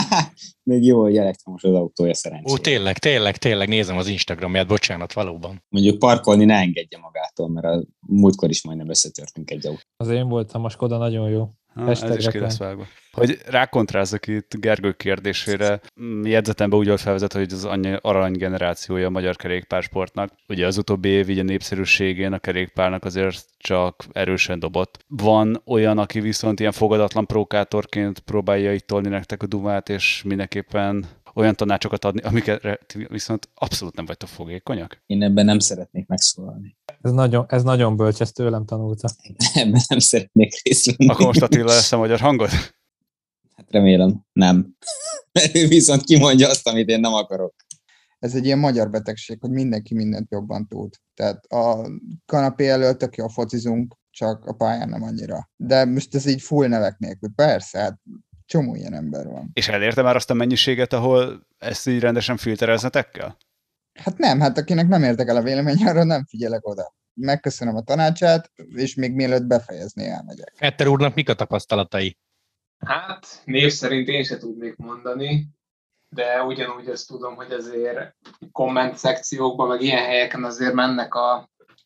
Még jó, hogy elektromos az autója szerencsére. Ó, tényleg, nézem az Instagramját, bocsánat, valóban. Mondjuk parkolni ne engedje magától, mert a múltkor is majdnem összetörtünk egy autót. Az én voltam, a Skoda nagyon jó. Ez is ki lesz vágva. Hogy rákontrázzak itt Gergő kérdésére, jegyzetemben úgy volt felvezetve, hogy az arany generációja a magyar kerékpársportnak. Ugye az utóbbi év így a népszerűségén a kerékpárnak azért csak erősen dobott. Van olyan, aki viszont ilyen fogadatlan provokátorként próbálja itt tolni nektek a dumát, és mindenképpen olyan tanácsokat adni, amiket viszont abszolút nem vagytok fogékonyak? Én ebben nem szeretnék megszólalni. Ez nagyon bölcs, ezt tőlem tanulta. Ebben nem szeretnék részt venni. Akkor most Attila lesz a magyar hangod? Hát remélem, nem. Mert ő viszont kimondja azt, amit én nem akarok. Ez egy ilyen magyar betegség, hogy mindenki mindent jobban tud. Tehát a kanapé előtt, aki a focizunk, csak a pályán nem annyira. De most ez így full nevek nélkül. Persze, hát csomó ilyen ember van. És elérte már azt a mennyiséget, ahol ezt így rendesen filtereznetek kell? Hát nem, hát akinek nem érdekel a vélemény, arra nem figyelek oda. Megköszönöm a tanácsát, és még mielőtt befejezni, elmegyek. Etter úrnak mik a tapasztalatai? Hát név szerint én se tudnék mondani, de ugyanúgy azt tudom, hogy azért komment szekciókban, meg ilyen helyeken azért mennek a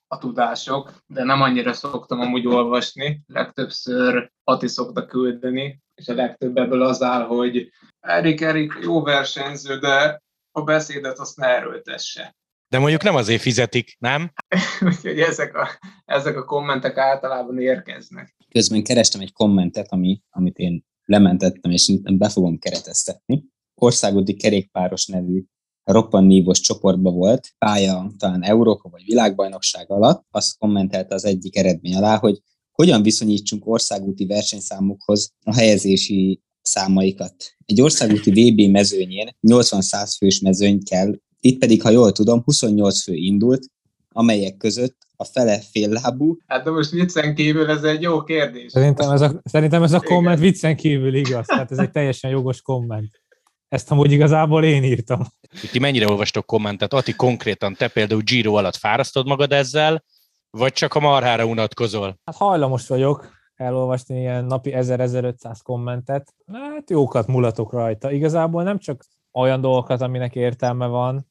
a tudások, de nem annyira szoktam amúgy olvasni. Legtöbbször Ati szokta küldeni, és a legtöbb ebből az áll, hogy Erik, jó versenyző, de a beszédet azt ne erőltesse. De mondjuk nem azért fizetik, nem? Úgyhogy ezek a kommentek általában érkeznek. Közben kerestem egy kommentet, amit én lementettem, és be fogom kereteztetni. Országúti kerékpáros nevű roppannívós csoportban volt, pálya talán Európa vagy világbajnokság alatt, azt kommentelte az egyik eredmény alá, hogy hogyan viszonyítsunk országúti versenyszámokhoz a helyezési számaikat. Egy országúti VB mezőnyén 80-100 fős mezőny kell, itt pedig, ha jól tudom, 28 fő indult, amelyek között a fele féllábú. Hát de most viccen kívül ez egy jó kérdés. Szerintem ez a komment viccen kívül igaz, tehát ez egy teljesen jogos komment. Ezt amúgy igazából én írtam. Ti mennyire olvastok kommentet? Ati, konkrétan te például Giro alatt fárasztod magad ezzel, vagy csak a marhára unatkozol? Hát hajlamos vagyok elolvasni ilyen napi 1000-1500 kommentet. Hát jókat mulatok rajta. Igazából nem csak olyan dolgokat, aminek értelme van,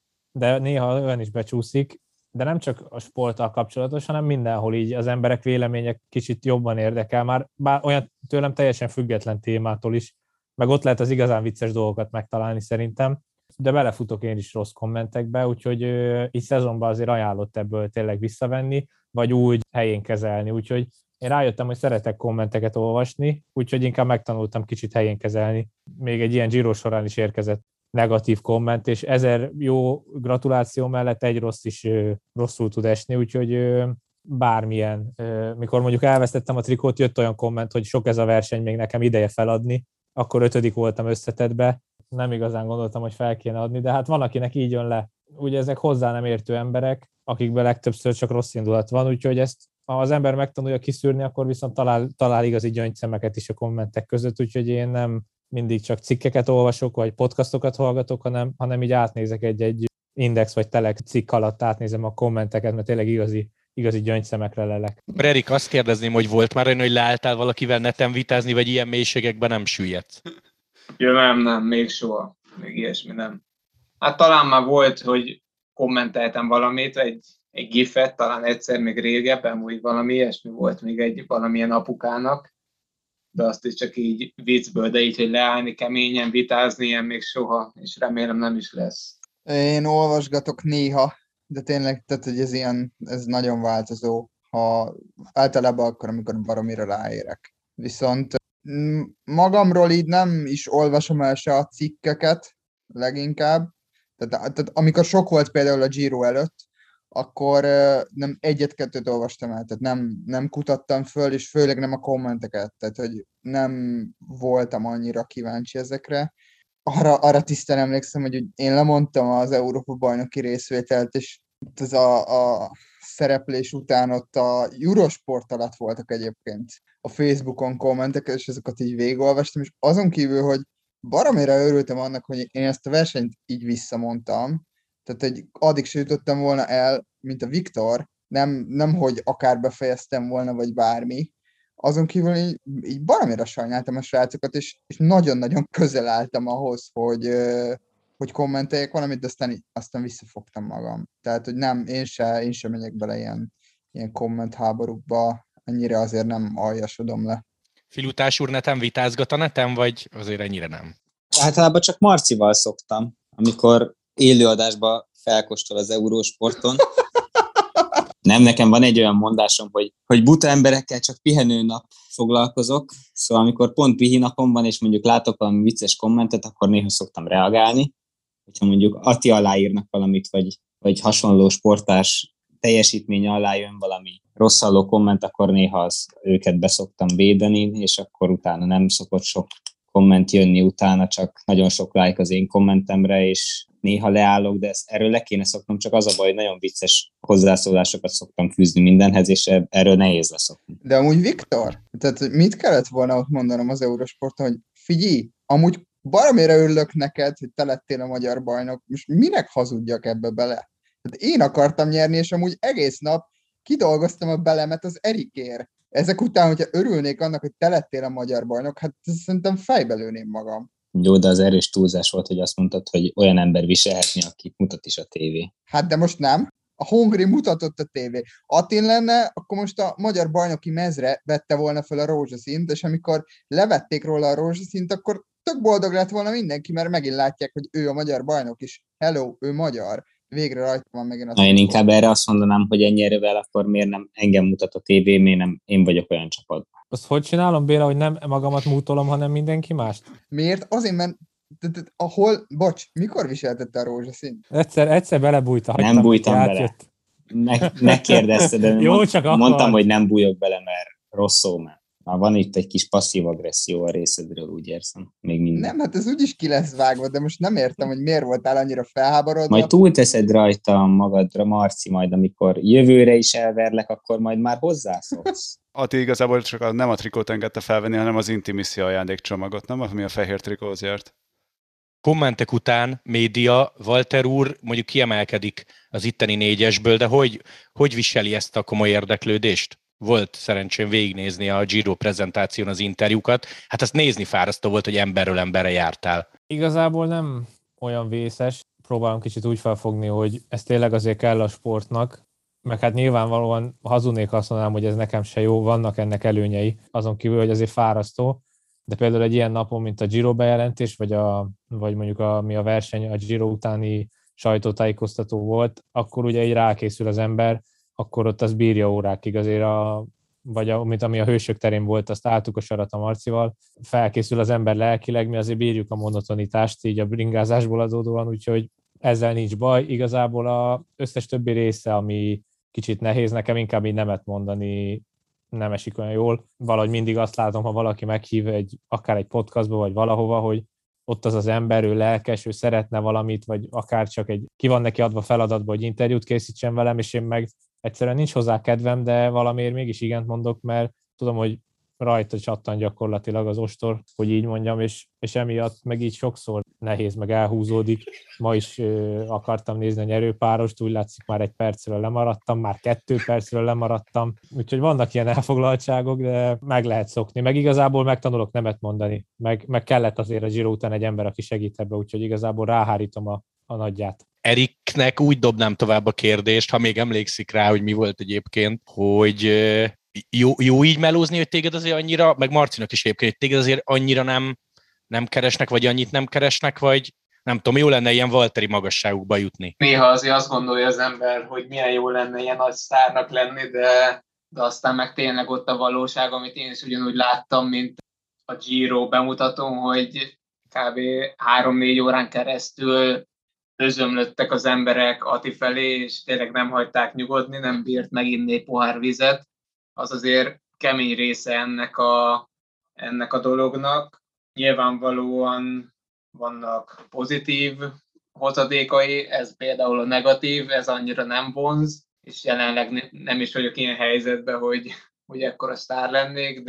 de néha olyan is becsúszik, de nem csak a sporttal kapcsolatos, hanem mindenhol így az emberek vélemények kicsit jobban érdekel. Már bár olyan tőlem teljesen független témától is, meg ott lehet az igazán vicces dolgokat megtalálni szerintem, de belefutok én is rossz kommentekbe, úgyhogy így szezonban azért ajánlott ebből tényleg visszavenni, vagy úgy helyén kezelni, úgyhogy én rájöttem, hogy szeretek kommenteket olvasni, úgyhogy inkább megtanultam kicsit helyén kezelni. Még egy ilyen Giro során is érkezett negatív komment, és 1000 jó gratuláció mellett egy rossz is rosszul tud esni, úgyhogy bármilyen, mikor mondjuk elvesztettem a trikót, jött olyan komment, hogy sok ez a verseny, még nekem ideje feladni, akkor 5. voltam összetettbe, nem igazán gondoltam, hogy fel kéne adni, de hát van, akinek így jön le. Ugye ezek hozzá nem értő emberek, akikben legtöbbször csak rossz indulat van, úgyhogy ezt ha az ember megtanulja kiszűrni, akkor viszont talál igazi gyöngyszemeket is a kommentek között, úgyhogy én nem mindig csak cikkeket olvasok, vagy podcastokat hallgatok, hanem így átnézek egy Index vagy Telek cikk alatt átnézem a kommenteket, mert tényleg igazi gyöngyszemekre lelek. Erik, azt kérdezném, hogy volt már olyan, hogy leálltál valakivel neten vitázni, vagy ilyen mélységekben nem süllyedsz? Ja, nem, még soha. Még ilyesmi nem. Hát talán már volt, hogy kommenteltem valamit, egy gifet, talán egyszer még régebben, úgy valami ilyesmi volt még valamilyen apukának, de azt is csak így viccből, de így, hogy leállni keményen, vitázni, ilyen még soha, és remélem nem is lesz. Én olvasgatok néha, de tényleg, tehát, hogy ez nagyon változó, ha általában akkor, amikor baromira ráérek. Viszont magamról így nem is olvasom el se a cikkeket leginkább, tehát amikor sok volt például a Giro előtt, akkor nem egyet-kettőt olvastam el, tehát nem kutattam föl, és főleg nem a kommenteket, tehát hogy nem voltam annyira kíváncsi ezekre. Arra tisztán emlékszem, hogy én lemondtam az Európa-bajnoki részvételt, és ez a szereplés után ott a Eurosport alatt voltak egyébként a Facebookon kommentek, és ezeket így végigolvastam, és azon kívül, hogy baromira örültem annak, hogy én ezt a versenyt így visszamondtam, tehát hogy addig se jutottam volna el, mint a Viktor, nem hogy akár befejeztem volna, vagy bármi. Azon kívül így baromira sajnáltam a srácokat, és nagyon-nagyon közel álltam ahhoz, hogy kommenteljek valamit, de aztán visszafogtam magam. Tehát, hogy nem, én sem megyek bele ilyen kommentháborúkba, ennyire azért nem aljasodom le. Filutás úr neten vitázgat a neten, vagy azért ennyire nem? Általában csak Marcival szoktam, amikor élőadásba felkóstol az Eurosporton. Nem, nekem van egy olyan mondásom, hogy buta emberekkel csak pihenőnap foglalkozok, szóval amikor pont pihinapom van, és mondjuk látok valami vicces kommentet, akkor néha szoktam reagálni. Hogyha mondjuk Ati aláírnak valamit, vagy hasonló sportás teljesítmény alá jön valami rosszalló komment, akkor néha őket beszoktam védeni, és akkor utána nem szokott sok komment jönni utána, csak nagyon sok like az én kommentemre, és néha leállok, de erről le kéne szoknom, csak az a baj, hogy nagyon vicces hozzászólásokat szoktam fűzni mindenhez, és erről nehéz leszokni. De amúgy Viktor, tehát mit kellett volna ott mondanom az Eurosporton, hogy figyelj, amúgy baromira örülök neked, hogy te lettél a magyar bajnok, most minek hazudjak ebbe bele? Tehát én akartam nyerni, és amúgy egész nap kidolgoztam a belemet az Erikért. Ezek után, hogyha örülnék annak, hogy te lettél a magyar bajnok, hát szerintem fejbe lőném magam. Jó, de az erős túlzás volt, hogy azt mondtad, hogy olyan ember viselhetni, aki mutat is a tévé. Hát de most nem. A Hongri mutatott a tévé. Atin lenne, akkor most a magyar bajnoki mezre vette volna fel a rózsaszínt, és amikor levették róla a rózsaszínt, akkor tök boldog lett volna mindenki, mert megint látják, hogy ő a magyar bajnok is. Hello, ő magyar. Végre rajta van megint Én inkább erre azt mondanám, hogy ennyi erővel akkor miért nem engem mutat a tévé, miért nem én vagyok olyan csapat. Azt hogy csinálom, Béla, hogy nem magamat mútolom, hanem mindenki mást? Miért? Azért, mert mikor viseltette a rózsaszínt? Egyszer belebújta, hagytam, Nem bújtam bele. Megkérdezted, de Jó, csak mondtam, hogy nem bújok bele, mert rossz szó, mert van itt egy kis passzív agresszió a részedről, úgy érzem. Még mindig. Nem, hát ez úgyis ki lesz vágva, de most nem értem, hogy miért voltál annyira felháborodva. Majd túlteszed rajta magadra, Marci, majd amikor jövőre is elverlek, akkor majd már hozzászólsz. Ati igazából csak nem a trikót engedte felvenni, hanem az Intimacy ajándékcsomagot, nem? Ami a fehér trikóhoz járt. Kommentek után média, Walter úr mondjuk kiemelkedik az itteni 4-esből, de hogy viseli ezt a komoly érdeklődést? Volt szerencsém végignézni a Giro prezentáción az interjúkat. Hát azt nézni fárasztó volt, hogy emberről emberre jártál. Igazából nem olyan vészes. Próbálom kicsit úgy felfogni, hogy ez tényleg azért kell a sportnak, meg hát nyilvánvalóan hazudnék, azt mondanám, hogy ez nekem se jó, vannak ennek előnyei, azon kívül, hogy azért fárasztó, de például egy ilyen napon, mint a Giro bejelentés, vagy mondjuk ami a verseny, a Giro utáni sajtótájékoztató volt, akkor ugye így rákészül az ember, akkor ott az bírja órákig azért, mint ami a Hősök terén volt, azt álltuk a sarat a Marcival, felkészül az ember lelkileg, mi azért bírjuk a monotonitást, így a bringázásból adódóan, úgyhogy ezzel nincs baj. Igazából az összes többi része, ami kicsit nehéz, nekem inkább így nemet mondani, nem esik olyan jól. Valahogy mindig azt látom, ha valaki meghív akár egy podcastba, vagy valahova, hogy ott az ember, ő lelkes, ő szeretne valamit, vagy akár csak ki van neki adva feladatba, hogy interjút készítsen velem, és én meg egyszerűen nincs hozzá kedvem, de valamiért mégis igent mondok, mert tudom, hogy rajta csattan gyakorlatilag az ostor, hogy így mondjam, és emiatt meg így sokszor nehéz, meg elhúzódik. Ma is akartam nézni a nyerőpárost, úgy látszik már 1 percről lemaradtam, már 2 percről lemaradtam, úgyhogy vannak ilyen elfoglaltságok, de meg lehet szokni, meg igazából megtanulok nemet mondani, meg kellett azért a Giro után egy ember, aki segít ebbe, úgyhogy igazából ráhárítom a nagyját. Eriknek úgy dobnám tovább a kérdést, ha még emlékszik rá, hogy mi volt egyébként, hogy jó így melózni, hogy téged azért annyira, meg Marcinak is egyébként, hogy téged azért annyira nem keresnek, vagy annyit nem keresnek, vagy nem tudom, jó lenne ilyen Walteri magasságukba jutni. Néha azért azt gondolja az ember, hogy milyen jó lenne ilyen nagy sztárnak lenni, de aztán meg tényleg ott a valóság, amit én is ugyanúgy láttam, mint a Giro bemutatón, hogy kb. 3-4 órán keresztül özömlöttek az emberek Ati felé, és tényleg nem hagyták nyugodni, nem bírt meginni egy pohár vizet. Az azért kemény része ennek a dolognak. Nyilvánvalóan vannak pozitív hozadékai, ez például a negatív, ez annyira nem vonz, és jelenleg nem is vagyok ilyen helyzetben, hogy ekkora sztár lennék,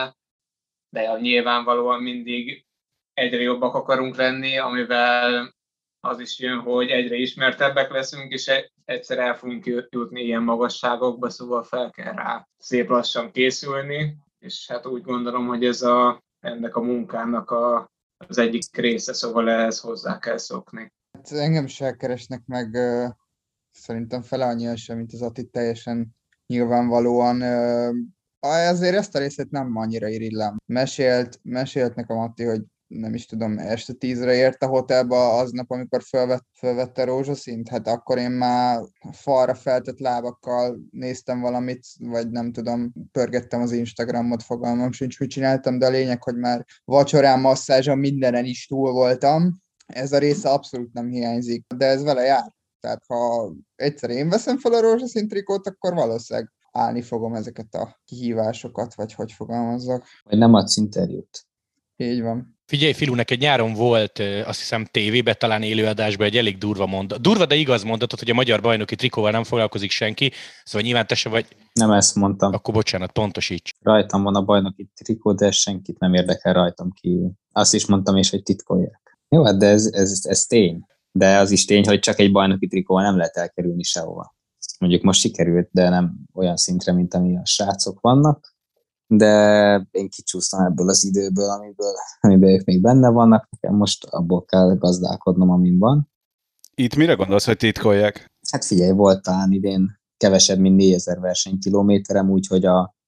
de nyilvánvalóan mindig egyre jobbak akarunk lenni, amivel az is jön, hogy egyre ismertebbek leszünk, és egyszer el fogunk jutni ilyen magasságokba, szóval fel kell rá szép lassan készülni, és hát úgy gondolom, hogy ez ennek a munkának az egyik része, szóval ehhez hozzá kell szokni. Hát engem se keresnek meg szerintem fele annyian sem, mint az Ati, teljesen nyilvánvalóan. Azért ezt a részét nem annyira irigylem. Mesélt nekem Ati, hogy nem is tudom, este 10-re ért a hotelba aznap, amikor felvette rózsaszínt, hát akkor én már falra feltett lábakkal néztem valamit, vagy nem tudom, pörgettem az Instagramot, fogalmam sincs, mit csináltam, de a lényeg, hogy már vacsorán, masszázson, mindenen is túl voltam. Ez a része abszolút nem hiányzik, de ez vele jár. Tehát ha egyszer én veszem fel a rózsaszín trikót, akkor valószínűleg állni fogom ezeket a kihívásokat, vagy hogy fogalmazzak. Vagy nem adsz interjút. Így van. Figyelj, Filu, neked nyáron volt, azt hiszem tévében, talán élőadásban egy elég durva, de igaz mondatot, hogy a magyar bajnoki trikóval nem foglalkozik senki, szóval nyilván te se vagy... Nem ezt mondtam. Akkor bocsánat, pontosíts. Rajtam van a bajnoki trikó, de senkit nem érdekel rajtam kívül. Azt is mondtam is, hogy titkolják. Jó, hát de ez tény. De az is tény, hogy csak egy bajnoki trikóval nem lehet elkerülni sehova. Mondjuk most sikerült, de nem olyan szintre, mint ami a srácok vannak. De én kicsúsztam ebből az időből, amiben ők még benne vannak, nekem most abból kell gazdálkodnom, amin van. Itt mire gondolsz, hogy titkolják? Hát figyelj, volt talán idén kevesebb, mint 4000 versenykilométerem, úgyhogy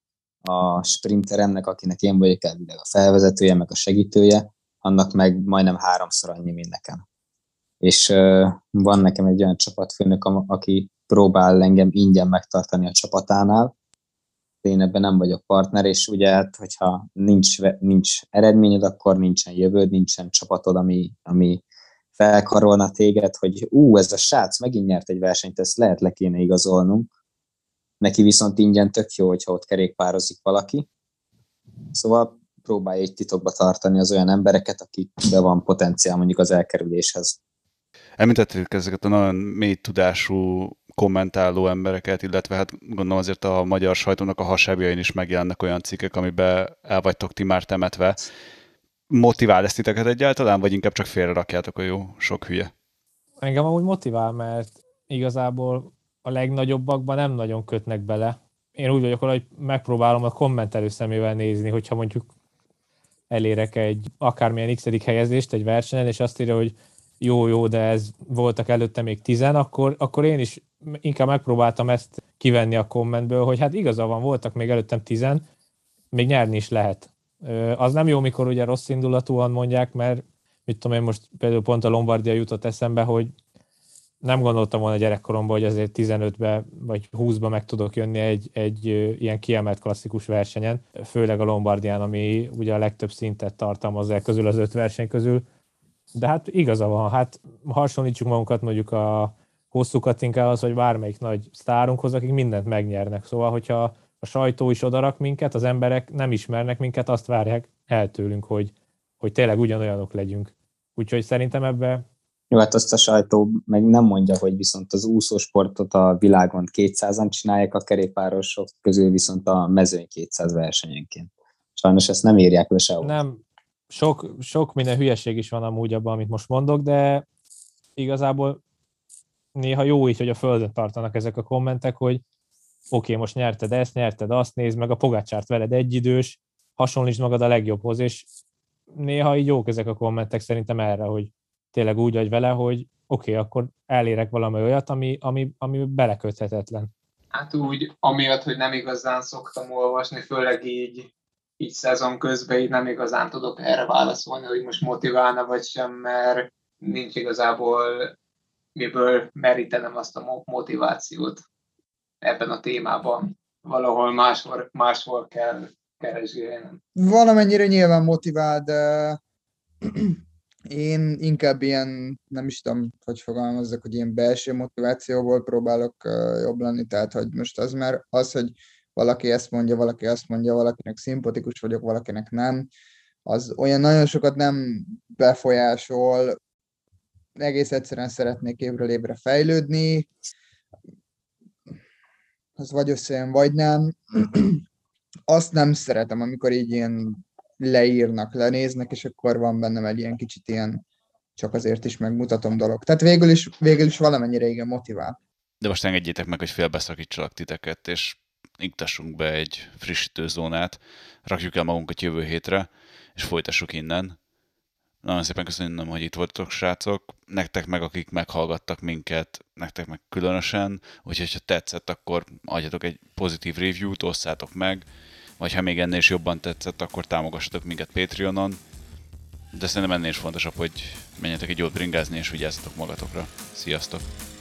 a sprinteremnek, akinek én vagyok elvileg a felvezetője, meg a segítője, annak meg majdnem 3-szor annyi, mint nekem. És van nekem egy olyan csapatfőnök, aki próbál engem ingyen megtartani a csapatánál, de én ebben nem vagyok partner, és ugye hát, hogyha nincs eredményed, akkor nincsen jövőd, nincsen csapatod, ami felkarolna téged, hogy ez a srác megint nyert egy versenyt, ezt lehet le kéne igazolnunk. Neki viszont ingyen tök jó, hogyha ott kerékpározik valaki. Szóval próbálj egy titokba tartani az olyan embereket, akikbe van potenciál mondjuk az elkerüléshez. Említettük ezeket a nagyon mély tudású kommentáló embereket, illetve hát gondolom azért a magyar sajtónak a hasábjain is megjelennek olyan cikkek, amiben el vagytok ti már temetve. Motivál ezt titeket egyáltalán, vagy inkább csak félre rakjátok a jó sok hülye? Engem amúgy motivál, mert igazából a legnagyobbakban nem nagyon kötnek bele. Én úgy vagyok, hogy megpróbálom a kommentelő szemével nézni, hogyha mondjuk elérek egy akármilyen x-edik helyezést egy versenyen, és azt írja, hogy jó, de ez voltak előtte még 10, akkor én is inkább megpróbáltam ezt kivenni a kommentből, hogy hát igaza van, voltak még előttem 10, még nyerni is lehet. Az nem jó, mikor ugye rossz indulatúan mondják, mert mit tudom én, most például pont a Lombardia jutott eszembe, hogy nem gondoltam volna gyerekkoromban, hogy azért 15-be vagy 20-ba meg tudok jönni egy ilyen kiemelt klasszikus versenyen, főleg a Lombardián, ami ugye a legtöbb szintet tartalmaz közül az 5 verseny közül. De hát igaza van, hát hasonlítsuk magunkat mondjuk a Hosszú Katinkához, vagy bármelyik nagy sztárunkhoz, akik mindent megnyernek. Szóval, hogyha a sajtó is odarak minket, az emberek nem ismernek minket, azt várják el tőlünk, hogy tényleg ugyanolyanok legyünk. Úgyhogy szerintem ebbe... Jó, hát azt a sajtó meg nem mondja, hogy viszont az úszósportot a világon 200-an csinálják, a kerékpárosok közül viszont a mezőny 200 versenyenként. Sajnos ezt nem írják le sehol. Nem, sok minden hülyeség is van amúgy abban, amit most mondok, de igazából néha jó így, hogy a földön tartanak ezek a kommentek, hogy oké, most nyerted ezt, nyerted azt, nézd meg a Pogácsárt veled egyidős, hasonlítsd magad a legjobbhoz, és néha így jók ezek a kommentek szerintem erre, hogy tényleg úgy vagy vele, hogy oké, akkor elérek valami olyat, ami beleköthetetlen. Hát úgy, amiatt, hogy nem igazán szoktam olvasni, főleg így szezon közben így nem igazán tudok erre válaszolni, hogy most motiválna vagy sem, mert nincs igazából miből merítenem azt a motivációt ebben a témában. Valahol máshol kell keresgélnem. Valamennyire nyilván motivál, de én inkább ilyen, nem is tudom, hogy fogalmazzak, hogy ilyen belső motivációból próbálok jobb lenni, tehát hogy most az már az, hogy valaki ezt mondja, valaki azt mondja, valakinek szimpatikus vagyok, valakinek nem, az olyan nagyon sokat nem befolyásol, egész egyszerűen szeretnék évről évre fejlődni, az vagy összejön, vagy nem. Azt nem szeretem, amikor így ilyen leírnak, lenéznek, és akkor van bennem egy ilyen kicsit ilyen csak azért is megmutatom dolog. Tehát végül is valamennyire igen motivál. De most engedjétek meg, hogy félbeszakítsalak titeket, és iktassunk be egy frissítőzónát, rakjuk el magunkat jövő hétre, és folytassuk innen. Nagyon szépen köszönöm, hogy itt voltatok, srácok. Nektek meg, akik meghallgattak minket, nektek meg különösen. Úgyhogy, ha tetszett, akkor adjatok egy pozitív review-t, osszátok meg, vagy ha még ennél is jobban tetszett, akkor támogassatok minket Patreonon. De szerintem ennél is fontosabb, hogy menjetek egy jót bringázni, és vigyázzatok magatokra. Sziasztok!